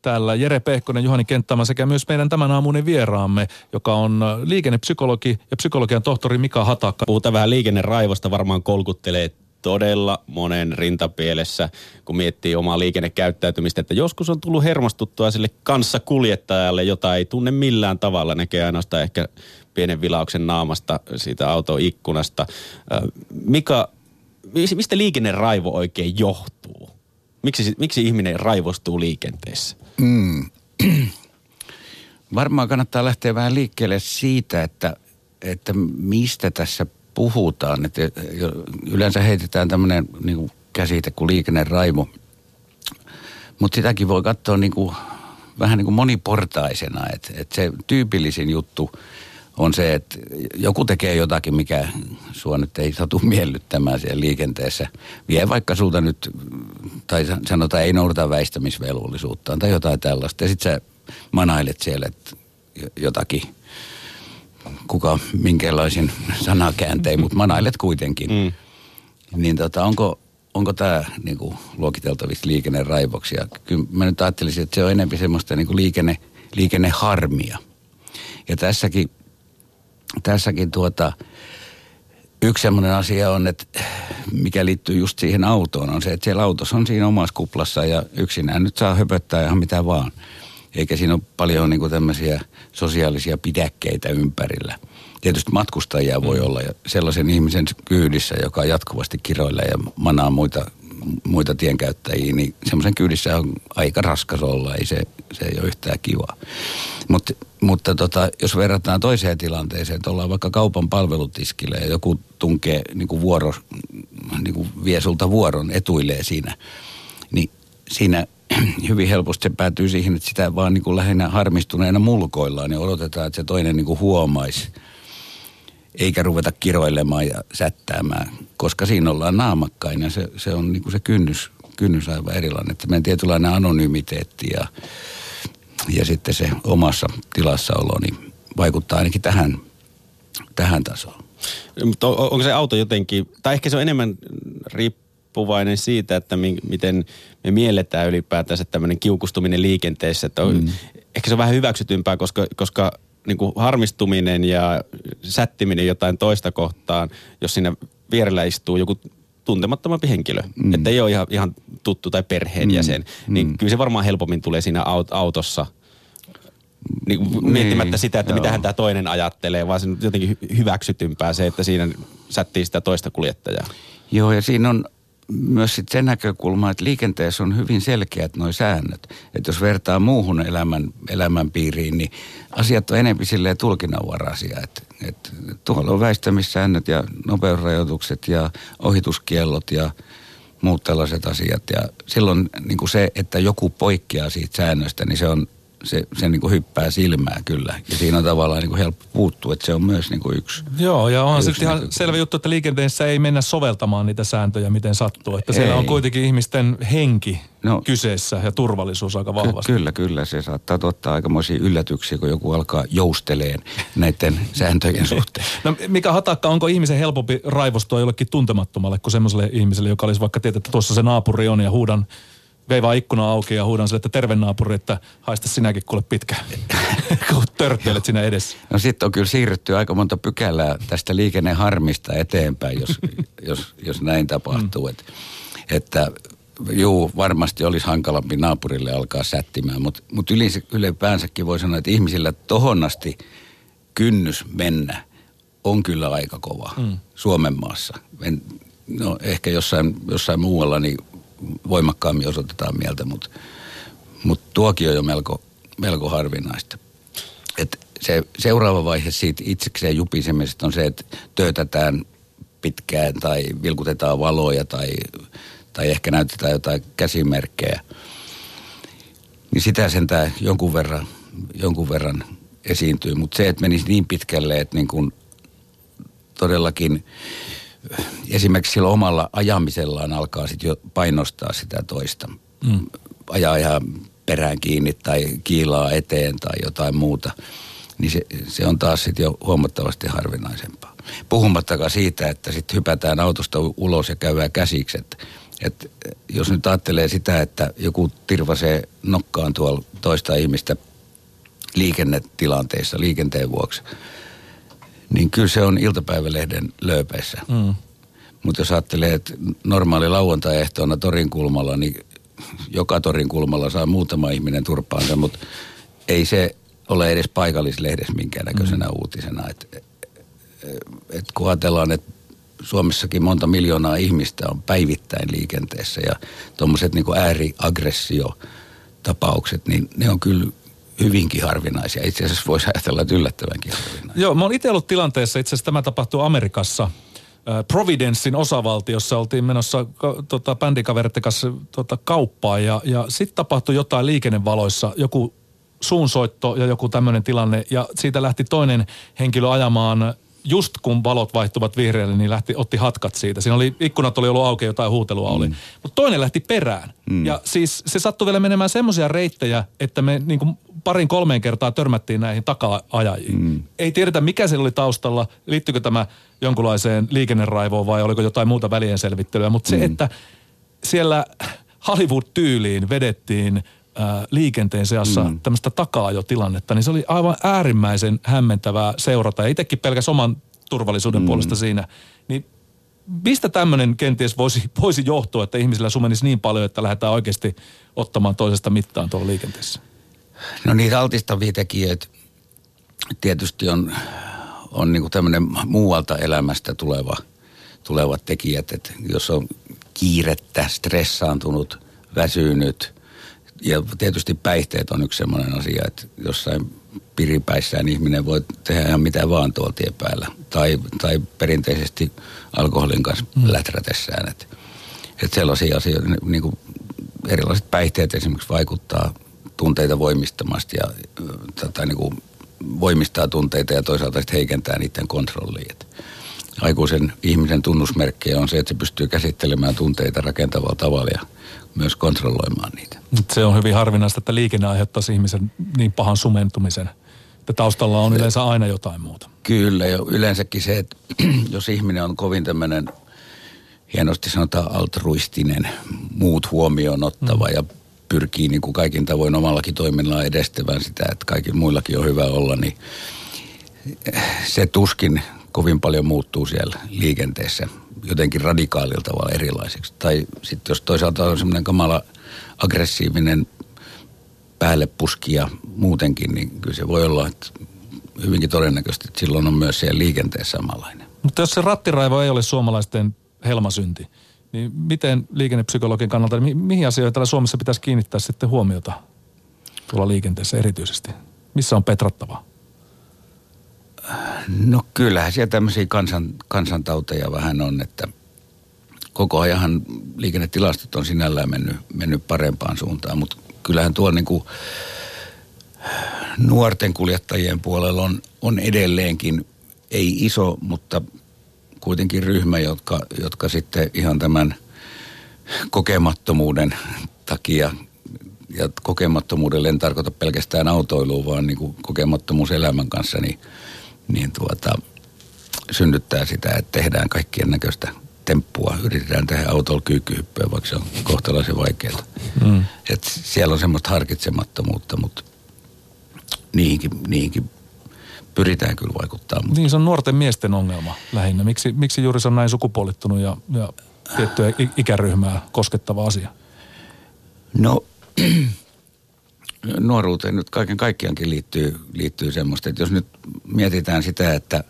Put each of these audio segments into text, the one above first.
täällä Jere Pehkonen, Juhani Kenttämä sekä myös meidän tämän aamuinen vieraamme, joka on liikennepsykologi ja psykologian tohtori Mika Hatakka. Puhutaan vähän liikenneraivosta, varmaan kolkuttelee todella monen rintapielessä, kun miettii omaa liikennekäyttäytymistä, että joskus on tullut hermostuttua sille kanssakuljettajalle, jota ei tunne millään tavalla, näkee ainoastaan ehkä pienen vilauksen naamasta siitä auton ikkunasta. Mika, mistä liikenneraivo oikein johtuu? Miksi ihminen raivostuu liikenteessä? Varmaan kannattaa lähteä vähän liikkeelle siitä, että mistä tässä puhutaan. Että yleensä heitetään tämmöinen niin kuin käsite kuin liikenneraivo, mutta sitäkin voi katsoa niin kuin, vähän niin kuin moniportaisena. Että se tyypillisin juttu on se, että joku tekee jotakin, mikä sua nyt ei satu miellyttämään siellä liikenteessä. Vie vaikka sulta nyt, tai sanotaan ei noudata väistämisvelvollisuuttaan tai jotain tällaista. Ja sit sä manailet siellä, että jotakin, minkälaisen sanakääntein, mutta manailet kuitenkin. Niin onko tämä niinku luokiteltavissa liikenneraivoksi? Ja kyllä mä nyt ajattelisin, että se on enemmän semmoista niinku liikenneharmia. Ja tässäkin yksi semmoinen asia on, että mikä liittyy just siihen autoon, on se, että siellä autossa on siinä omassa kuplassa ja yksinään nyt saa höpöttää ihan mitä vaan. Eikä siinä ole paljon niin kuin tämmöisiä sosiaalisia pidäkkeitä ympärillä. Tietysti matkustajia voi olla ja sellaisen ihmisen kyydissä, joka jatkuvasti kiroilee ja manaa muita tienkäyttäjiä, niin semmoisen kyydissä on aika raskas olla, se ei ole yhtään kivaa. Mutta jos verrataan toiseen tilanteeseen, että ollaan vaikka kaupan palvelutiskillä ja joku tunkee niin kuin vie sulta vuoron, etuilee siinä, niin siinä hyvin helposti se päätyy siihen, että sitä vaan niin kuin lähinnä harmistuneena mulkoillaan ja odotetaan, että se toinen niin kuin huomaisi, eikä ruveta kiroilemaan ja sättäämään, koska siinä ollaan naamakkain ja se on niin kuin se kynnys aivan erilainen, että meidän tietynlainen anonymiteetti ja sitten se omassa tilassa olo niin vaikuttaa ainakin tähän tasoon. Mutta onko se auto jotenkin, tai ehkä se on enemmän riippuvainen siitä, että miten me mielletään ylipäätänsä tämmöinen kiukustuminen liikenteessä, että ehkä se on vähän hyväksytympää, koska niin kuin harmistuminen ja sättiminen jotain toista kohtaan, jos siinä vierellä istuu joku tuntemattomampi henkilö, että ei ole ihan tuttu tai perheenjäsen, niin kyllä se varmaan helpommin tulee siinä autossa niin miettimättä sitä, että mitähän tämä toinen ajattelee, vaan se on jotenkin hyväksytympää se, että siinä sättii sitä toista kuljettajaa. Joo, ja siinä on myös sitten se näkökulma, että liikenteessä on hyvin selkeät nuo säännöt. Että jos vertaa muuhun elämänpiiriin, niin asiat on enemmän silleen tulkinnanvaraisia. Että tuolla on väistämissäännöt ja nopeusrajoitukset ja ohituskiellot ja muut tällaiset asiat. Ja silloin niin kuin se, että joku poikkeaa siitä säännöstä, niin se niin kuin hyppää silmää kyllä. Ja siinä on tavallaan niin kuin helppo puuttua, että se on myös niin kuin yksi. Joo, ja on sitten ihan selvä juttu, että liikenteessä ei mennä soveltamaan niitä sääntöjä, miten sattuu. Että siellä on kuitenkin ihmisten henki kyseessä ja turvallisuus aika vahvasti. Kyllä. Se saattaa tuottaa aikamoisia yllätyksiä, kun joku alkaa jousteleen näiden sääntöjen suhteen. No Mika Hatakka, onko ihmisen helpompi raivostua jollekin tuntemattomalle kuin semmoiselle ihmiselle, joka olisi vaikka tietää, että tuossa se naapuri on ja huudan veivaa ikkuna auki ja huudan sille, että terve naapuri, että haista sinäkin kuule pitkään, kun törtteilet siinä edessä. No sitten on kyllä siirrytty aika monta pykälää tästä liikenneharmista eteenpäin, jos näin tapahtuu. Että varmasti olisi hankalampi naapurille alkaa sättimään, mutta ylipäänsäkin voi sanoa, että ihmisillä tohon asti kynnys mennä on kyllä aika kova Suomen maassa. No ehkä jossain muualla niin voimakkaammin osoitetaan mieltä, mutta tuokin on jo melko harvinaista. Et se seuraava vaihe siitä itsekseen jupisemisesta on se, että töötetään pitkään tai vilkutetaan valoja tai ehkä näytetään jotain käsimerkkejä. Niin sitä sentään jonkun verran esiintyy, mutta se, että menisi niin pitkälle, että niin kuin todellakin esimerkiksi sillä omalla ajamisellaan alkaa sitten jo painostaa sitä toista. Ajaa ihan perään kiinni tai kiilaa eteen tai jotain muuta. Niin se on taas sitten jo huomattavasti harvinaisempaa. Puhumattakaan siitä, että sitten hypätään autosta ulos ja käydään käsiksi. Että jos nyt ajattelee sitä, että joku tirvasee nokkaan tuolla toista ihmistä liikennetilanteissa, liikenteen vuoksi, niin kyllä se on iltapäivälehden lööpeissä. Mutta jos ajattelee, että normaali lauantai-ehtoona torin kulmalla, niin joka torin kulmalla saa muutama ihminen turpaansa, mutta ei se ole edes paikallislehdessä minkäännäköisenä uutisena. Et kun ajatellaan, että Suomessakin monta miljoonaa ihmistä on päivittäin liikenteessä ja tuommoiset niin kuin ääriaggressio-tapaukset, niin ne on kyllä hyvinkin harvinaisia. Itse asiassa voisi ajatella, että yllättävänkin harvinaisia. Joo, mä oon itse ollut tilanteessa, itse asiassa tämä tapahtuu Amerikassa. Providencein osavaltiossa oltiin menossa bändikavereiden kanssa kauppaan ja sitten tapahtui jotain liikennevaloissa, joku suunsoitto ja joku tämmöinen tilanne ja siitä lähti toinen henkilö ajamaan. Just kun valot vaihtuvat vihreälle, niin otti hatkat siitä. Siinä oli, ikkunat oli ollut auki, jotain huutelua oli. Mutta toinen lähti perään. Ja siis se sattui vielä menemään semmoisia reittejä, että me niin kuin 2-3 kertaa törmättiin näihin taka-ajajiin. Ei tiedetä, mikä siellä oli taustalla, liittyykö tämä jonkunlaiseen liikenneraivoon vai oliko jotain muuta välienselvittelyä. Mutta se, että siellä Hollywood-tyyliin vedettiin liikenteen seassa tämmöistä taka-ajotilannetta, niin se oli aivan äärimmäisen hämmentävää seurata. Ja itsekin pelkäs oman turvallisuuden puolesta siinä. Niin mistä tämmöinen kenties voisi johtua, että ihmisillä sumenisi niin paljon, että lähdetään oikeasti ottamaan toisesta mittaan tuolla liikenteessä? No niitä altistavia tekijöitä tietysti on niin kuin tämmöinen muualta elämästä tulevat tekijät. Että jos on kiirettä, stressaantunut, väsynyt. Ja tietysti päihteet on yksi semmoinen asia, että jossain piripäissään ihminen voi tehdä ihan mitä vaan tuolla tien päällä. Tai perinteisesti alkoholin kanssa läträtessään. Että sellaisia asioita, niin kuin erilaiset päihteet esimerkiksi vaikuttaa tunteita voimistamasti tai niin kuin voimistaa tunteita ja toisaalta sitten heikentää niiden kontrollia. Että aikuisen ihmisen tunnusmerkkejä on se, että se pystyy käsittelemään tunteita rakentavalla tavalla ja myös kontrolloimaan niitä. Se on hyvin harvinaista, että liikenne aiheuttaisi ihmisen niin pahan sumentumisen, että taustalla on yleensä aina jotain muuta. Kyllä, ja yleensäkin se, että jos ihminen on kovin tämmöinen, hienosti sanotaan altruistinen, muut huomioon ottava ja pyrkii niin kuin kaikin tavoin omallakin toiminnallaan edestävän sitä, että kaikilla muillakin on hyvä olla, niin se tuskin kovin paljon muuttuu siellä liikenteessä jotenkin radikaalilla tavalla erilaiseksi. Tai sitten jos toisaalta on semmoinen kamala aggressiivinen päällepuskija muutenkin, niin kyllä se voi olla että hyvinkin todennäköisesti, että silloin on myös siellä liikenteessä samanlainen. Mutta jos se rattiraivo ei ole suomalaisten helmasynti, niin miten liikennepsykologin kannalta, niin mihin asioihin täällä Suomessa pitäisi kiinnittää sitten huomiota tuolla liikenteessä erityisesti? Missä on petrattavaa? No kyllähän siellä tämmöisiä kansantauteja vähän on, että koko ajan liikennetilastot on sinällään mennyt parempaan suuntaan, mutta kyllähän tuolla niin kuin nuorten kuljettajien puolella on edelleenkin, ei iso, mutta kuitenkin ryhmä, jotka sitten ihan tämän kokemattomuuden takia, ja kokemattomuudelle en tarkoita pelkästään autoilua, vaan niin kuin kokemattomuus elämän kanssa, niin synnyttää sitä, että tehdään kaikkien näköistä temppua. Yritetään tehdä autolla kyykkyhyppyä, vaikka se on kohtalaisen vaikeaa. Et siellä on semmoista harkitsemattomuutta, mutta niihinkin pyritään kyllä vaikuttaa. Mutta. Niin, se on nuorten miesten ongelma lähinnä. Miksi juuri se on näin sukupuolittunut ja tiettyä ikäryhmää koskettava asia? No, nuoruuteen nyt kaiken kaikkiaankin liittyy semmoista, että jos nyt mietitään sitä, että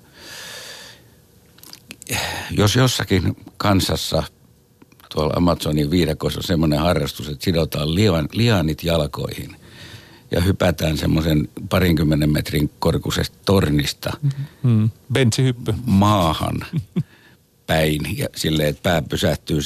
jos jossakin kansassa tuolla Amazonin viidakossa on semmoinen harrastus, että sidotaan lianit jalkoihin ja hypätään semmoisen 20 metrin korkuisesta tornista bensihyppy maahan päin ja silleen, että pää pysähtyy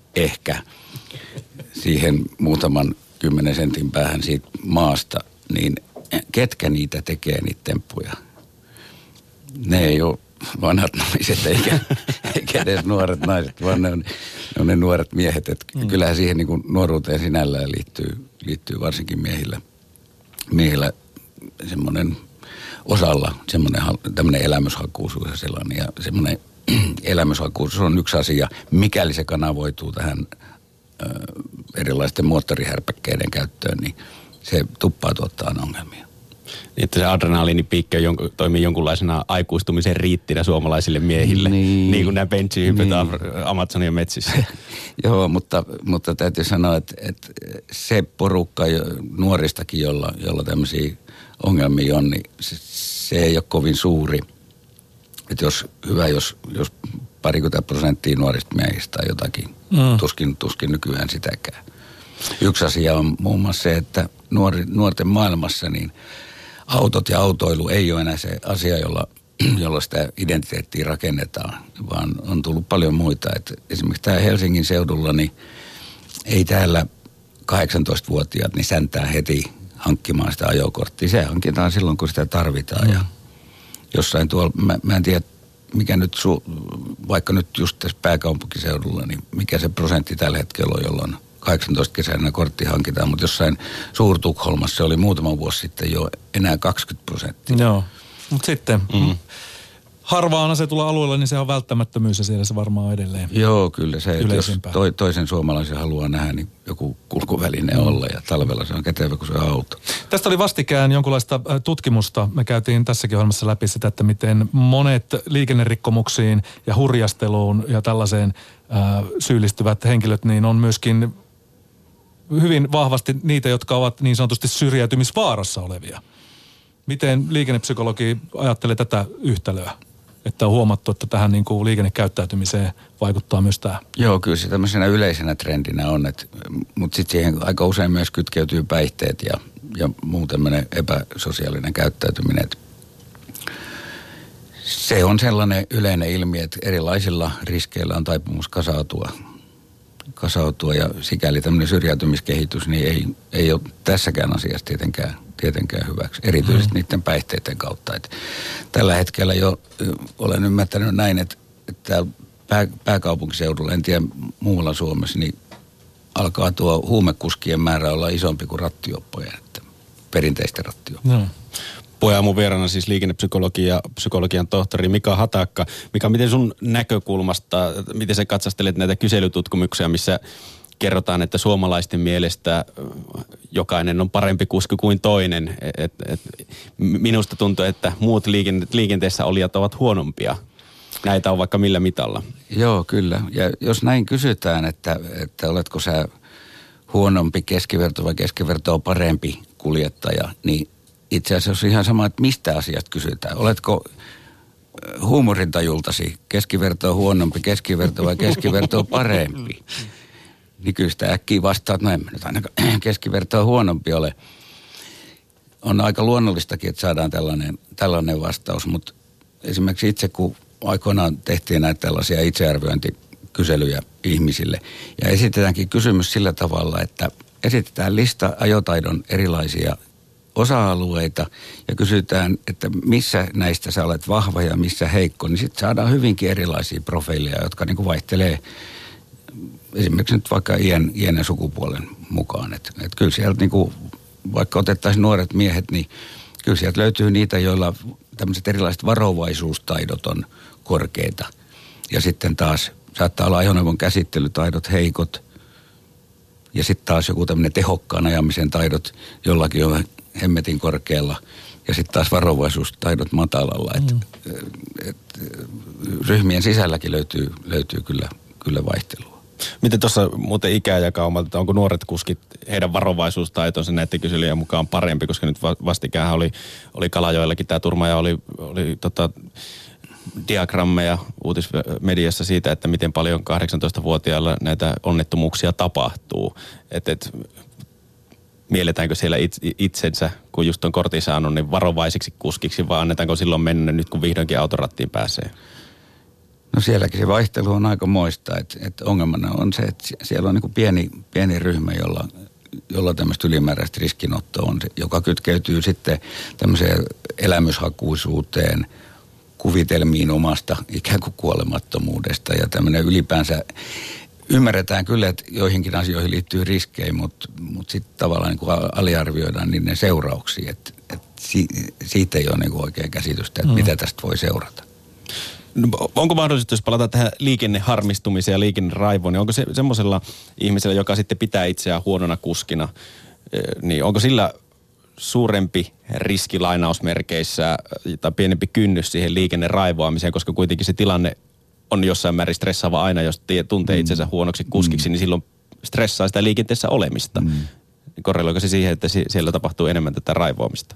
siihen muutaman 10 sentin päähän siitä maasta, niin ketkä niitä tekee niitä temppuja? Ne ei ole vanhat naiset eikä edes nuoret naiset, vaan ne on ne nuoret miehet. Et kyllähän siihen niin kuin nuoruuteen sinällään liittyy varsinkin miehillä semmoinen osalla semmoinen tämmöinen elämyshakuisuus ja sellainen. Ja semmoinen elämyshakuisuus on yksi asia, mikäli se kanavoituu tähän erilaisten moottorihärpäkkeiden käyttöön, niin se tuppaa tuottaa ongelmia. Niin, että se adrenaliinipiikki toimii jonkunlaisena aikuistumisen riittinä suomalaisille miehille, niin kuin nämä benchihypyt Amazonin metsissä. Joo, mutta täytyy sanoa, että se porukka nuoristakin, jolla tämmöisiä ongelmia on, niin se ei ole kovin suuri. Että jos 20% nuorista miehistä tai jotakin, tuskin nykyään sitäkään. Yksi asia on muun muassa se, että nuorten maailmassa niin autot ja autoilu ei ole enää se asia, jolla sitä identiteettiä rakennetaan, vaan on tullut paljon muita. Et esimerkiksi täällä Helsingin seudulla, niin ei täällä 18-vuotiaat niin säntää heti hankkimaan sitä ajokorttia. Se hankitaan silloin, kun sitä tarvitaan. Ja jossain tuolla, mä en tiedä, mikä nyt, vaikka nyt just tässä pääkaupunkiseudulla, niin mikä se prosentti tällä hetkellä on, jolloin 18 kesänä kortti hankitaan, mutta jossain Suur-Tukholmassa se oli muutama vuosi sitten jo enää 20%. Joo, mutta sitten harvaan asetulla alueella, niin se on välttämättömyys ja siellä se varmaan on edelleen. Joo, kyllä se, jos toisen suomalaisen haluaa nähdä, niin joku kulkuväline olla ja talvella se on kätevä kuin se auto. Tästä oli vastikään jonkunlaista tutkimusta. Me käytiin tässäkin ohjelmassa läpi sitä, että miten monet liikennerikkomuksiin ja hurjasteluun ja tällaiseen syyllistyvät henkilöt, niin on myöskin hyvin vahvasti niitä, jotka ovat niin sanotusti syrjäytymisvaarassa olevia. Miten liikennepsykologi ajattelee tätä yhtälöä? Että on huomattu, että tähän niin kuin liikennekäyttäytymiseen vaikuttaa myös tämä. Joo, kyllä se tämmöisenä yleisenä trendinä on, mutta sitten siihen aika usein myös kytkeytyy päihteet ja muu tämmöinen epäsosiaalinen käyttäytyminen. Se on sellainen yleinen ilmiö, että erilaisilla riskeillä on taipumus kasautua ja sikäli tämmöinen syrjäytymiskehitys niin ei ole tässäkään asiassa tietenkään hyväksi, erityisesti niiden päihteiden kautta. Että tällä hetkellä jo olen ymmärtänyt näin, että pääkaupunkiseudulla, en tiedä muualla Suomessa, niin alkaa tuo huumekuskien määrä olla isompi kuin rattijuoppojen, perinteisten rattijuoppojen. No. Pohjaamun vieraana siis liikennepsykologi ja psykologian tohtori Mika Hatakka. Mika, miten sun näkökulmasta, miten sä katsastelet näitä kyselytutkimuksia, missä kerrotaan, että suomalaisten mielestä jokainen on parempi kuski kuin toinen. Minusta tuntuu, että muut liikenteessä olijat ovat huonompia. Näitä on vaikka millä mitalla. Joo, kyllä. Ja jos näin kysytään, että oletko sä huonompi keskiverto vai keskivertoa parempi kuljettaja, niin itse asiassa on ihan sama, että mistä asiasta kysytään. Oletko huumorintajultasi keskivertoa huonompi, keskiverto vai keskivertoa parempi? Niin kyllä sitä äkkiä vastaa, että no en mä nyt ainakaan keskivertoa huonompi ole. On aika luonnollistakin, että saadaan tällainen vastaus, mutta esimerkiksi itse kun aikoinaan tehtiin näitä tällaisia itsearviointikyselyjä ihmisille ja esitetäänkin kysymys sillä tavalla, että esitetään lista ajotaidon erilaisia osa-alueita ja kysytään, että missä näistä sä olet vahva ja missä heikko, niin sitten saadaan hyvinkin erilaisia profiileja, jotka niin kuin vaihtelee esimerkiksi nyt vaikka iän ja sukupuolen mukaan. Et kyllä sieltä niin kuin, vaikka otettaisiin nuoret miehet, niin kyllä sieltä löytyy niitä, joilla tämmöiset erilaiset varovaisuustaidot on korkeita. Ja sitten taas saattaa olla ajoneuvon käsittelytaidot heikot ja sitten taas joku tämmöinen tehokkaan ajamisen taidot jollakin on hemmetin korkealla ja sitten taas varovaisuustaidot matalalla. Ryhmien sisälläkin löytyy kyllä vaihtelua. Miten tuossa muuten ikäjakaumalta, onko nuoret kuskit, heidän varovaisuustaitonsa näiden kyselyjen mukaan parempi, koska nyt vastikään oli Kalajoellakin tämä turma ja oli diagrammeja uutismediassa siitä, että miten paljon 18-vuotiailla näitä onnettomuuksia tapahtuu. Mielletäänkö siellä itsensä, kun just on kortin saanut, niin varovaisiksi kuskiksi, vai annetaanko silloin mennä nyt, kun vihdoinkin autorattiin pääsee? No sielläkin se vaihtelu on aika moista, että ongelmana on se, että siellä on niin kuin pieni ryhmä, jolla tämmöistä ylimääräistä riskinottoa on, joka kytkeytyy sitten tämmöiseen elämyshakuisuuteen, kuvitelmiin omasta ikään kuin kuolemattomuudesta ja tämmöinen ylipäänsä ymmärretään kyllä, että joihinkin asioihin liittyy riskejä, mutta sitten tavallaan niin kuin aliarvioidaan niiden seurauksia, että siitä ei ole niin kuin oikein käsitystä, että mitä tästä voi seurata. No, onko mahdollista, jos palataan tähän liikenneharmistumiseen ja liikenneraivoon, niin onko se semmoisella ihmisellä, joka sitten pitää itseään huonona kuskina, niin onko sillä suurempi riski lainausmerkeissä tai pienempi kynnys siihen liikenneraivoamiseen, koska kuitenkin se tilanne on jossain määrin stressaava aina, jos tuntee itsensä huonoksi kuskiksi, niin silloin stressaa sitä liikenteessä olemista. Korreloiko se siihen, että siellä tapahtuu enemmän tätä raivoamista?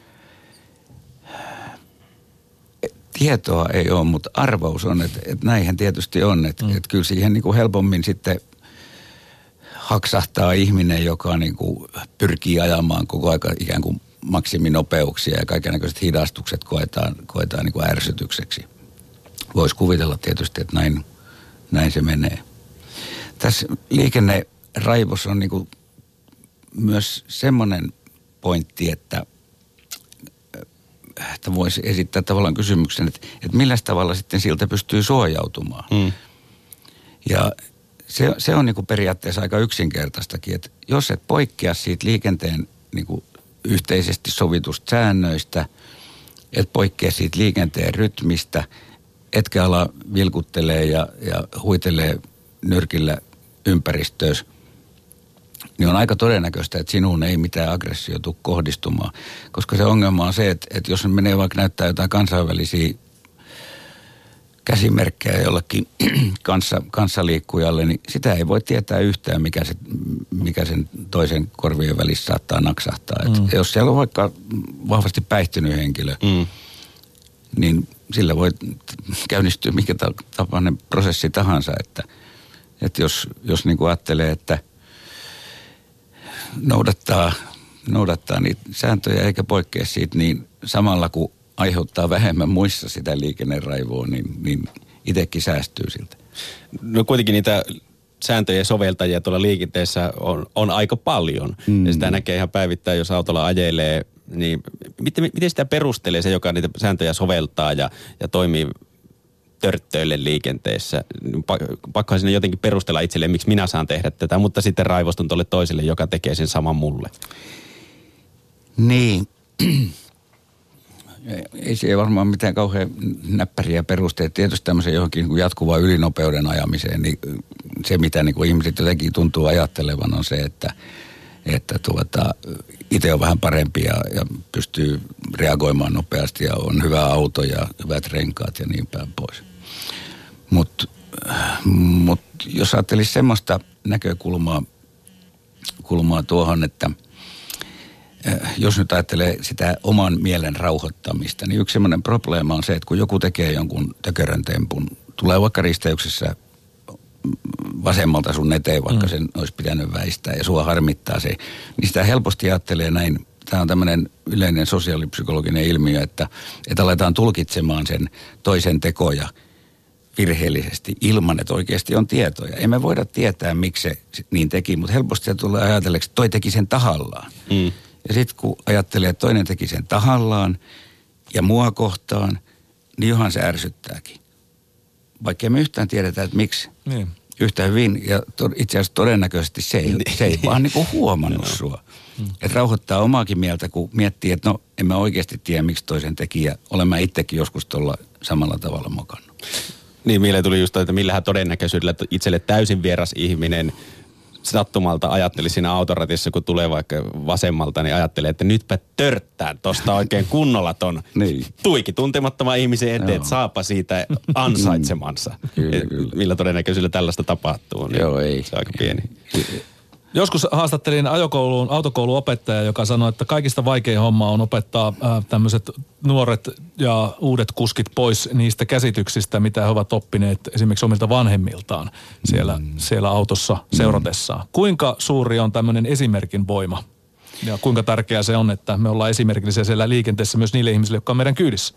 Tietoa ei ole, mutta arvaus on, että näinhän tietysti on. Että kyllä siihen niin kuin helpommin sitten haksahtaa ihminen, joka niin kuin pyrkii ajamaan koko ajan ikään kuin maksiminopeuksia ja kaikennäköiset hidastukset koetaan niin kuin ärsytykseksi. Voisi kuvitella tietysti, että näin se menee. Tässä liikenneraivossa on niin kuin myös semmoinen pointti, että voisi esittää tavallaan kysymyksen, että millä tavalla sitten siltä pystyy suojautumaan. Ja se on niin kuin periaatteessa aika yksinkertaistakin, että jos et poikkea siitä liikenteen niin kuin yhteisesti sovitusta säännöistä, et poikkea siitä liikenteen rytmistä, etkä ala vilkuttelee ja huitelee nyrkillä ympäristössä, niin on aika todennäköistä, että sinuun ei mitään aggressio tule kohdistumaan. Koska se ongelma on se, että jos menee vaikka näyttää jotain kansainvälisiä käsimerkkejä jollekin kanssaliikkujalle, niin sitä ei voi tietää yhtään, mikä sen toisen korvien välissä saattaa naksahtaa. Et jos siellä on vaikka vahvasti päihtynyt henkilö, niin sillä voi käynnistyä mikä tapainen prosessi tahansa, että jos niin kuin ajattelee, että noudattaa niitä sääntöjä eikä poikkea siitä, niin samalla kun aiheuttaa vähemmän muissa sitä liikenneraivoa, niin itsekin säästyy siltä. No kuitenkin niitä sääntöjen soveltajia tuolla liikenteessä on aika paljon. Ja sitä näkee ihan päivittäin, jos autolla ajelee. Niin miten sitä perustelee se, joka niitä sääntöjä soveltaa ja toimii törttöille liikenteessä? Pakkohan sinne jotenkin perustella itselleen, miksi minä saan tehdä tätä, mutta sitten raivostun tuolle toiselle, joka tekee sen saman mulle. Niin. Ei se varmaan mitään kauhean näppäriä perusteita. Tietysti tämmöisen johonkin jatkuvaan ylinopeuden ajamiseen, niin se mitä niin kuin ihmiset jotenkin tuntuu ajattelevan on se, että itse on vähän parempi ja pystyy reagoimaan nopeasti ja on hyvä auto ja hyvät renkaat ja niin päin pois. Mutta jos ajattelisi semmoista näkökulmaa tuohon, että jos nyt ajattelee sitä oman mielen rauhoittamista, niin yksi semmoinen probleema on se, että kun joku tekee jonkun tökörön tempun, tulee vaikka risteyksessä vasemmalta sun eteen, vaikka sen olisi pitänyt väistää ja sua harmittaa se, niin sitä helposti ajattelee näin. Tämä on tämmöinen yleinen sosiaalipsykologinen ilmiö, että aletaan tulkitsemaan sen toisen tekoja virheellisesti ilman, että oikeasti on tietoja. Emme voida tietää, miksi se niin teki, mutta helposti tulee ajatelleeksi, että toi teki sen tahallaan. Ja sitten kun ajattelee, että toinen teki sen tahallaan ja mua kohtaan, niin johan se ärsyttääkin. Vaikka emme yhtään tiedetä, että miksi. Niin. Yhtä hyvin, ja itse asiassa todennäköisesti se ei vaan niin kuin huomannut sua. Että rauhoittaa omaakin mieltä, kun miettii, että no en mä oikeasti tiedä, miksi toisen teki, ja olen mä itsekin joskus tuolla samalla tavalla mokannut. Niin, mieleen tuli just, että millähän todennäköisyydellä itselle täysin vieras ihminen sattumalta ajatteli siinä autoratissa, kun tulee vaikka vasemmalta, niin ajattelee, että nytpä törttään tosta oikein kunnolla ton tuiki tuntemattoman ihmisen eteen, että saapa siitä ansaitsemansa. Kyllä. Millä todennäköisyydellä tällaista tapahtuu, niin joo, ei. Se on aika pieni. Joskus haastattelin autokouluopettaja, joka sanoi, että kaikista vaikein homma on opettaa tämmöiset nuoret ja uudet kuskit pois niistä käsityksistä, mitä he ovat oppineet esimerkiksi omilta vanhemmiltaan siellä autossa seuratessaan. Kuinka suuri on tämmöinen esimerkin voima ja kuinka tärkeää se on, että me ollaan esimerkillisiä siellä liikenteessä myös niille ihmisille, jotka on meidän kyydissä?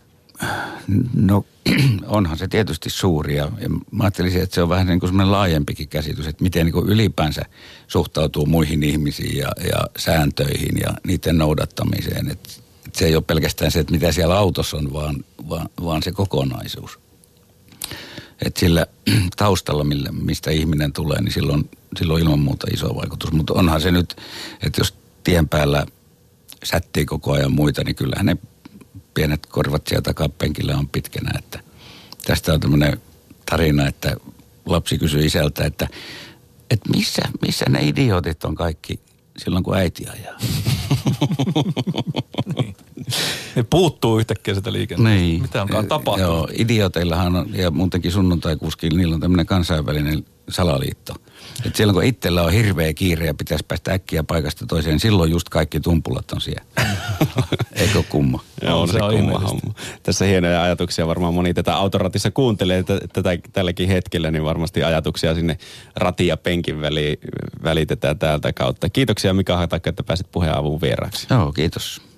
No onhan se tietysti suuri ja mä ajattelisin, että se on vähän niin kuin semmoinen laajempikin käsitys, että miten niin kuin ylipäänsä suhtautuu muihin ihmisiin ja sääntöihin ja niiden noudattamiseen. Että se ei ole pelkästään se, että mitä siellä autossa on, vaan se kokonaisuus. Että sillä taustalla, mistä ihminen tulee, niin silloin ilman muuta iso vaikutus. Mutta onhan se nyt, että jos tien päällä sättii koko ajan muita, niin kyllähän ne pienet korvat siellä takapenkillä on pitkänä, että tästä on tämmöinen tarina, että lapsi kysyi isältä, että missä ne idiotit on kaikki silloin, kun äiti ajaa. Niin. Ne puuttuu yhtäkkiä sitä liikenteestä. Niin. Mitä onkaan tapahtunut? Joo, idioteillahan on, ja muutenkin sunnuntaikuskilla, niillä on tämmöinen kansainvälinen salaliitto. Että silloin kun itsellä on hirveä kiire ja pitäisi päästä äkkiä paikasta toiseen, silloin just kaikki tumpulat on siellä. Eikö kumma? Joo, se on kumma homma. Tässä hienoja ajatuksia varmaan moni tätä autoratissa kuuntelee tätä tälläkin hetkellä, niin varmasti ajatuksia sinne ratin ja penkin väliin välitetään täältä kautta. Kiitoksia Mika Hatakka, että pääsit Puheen Avun vieraaksi. Joo, kiitos.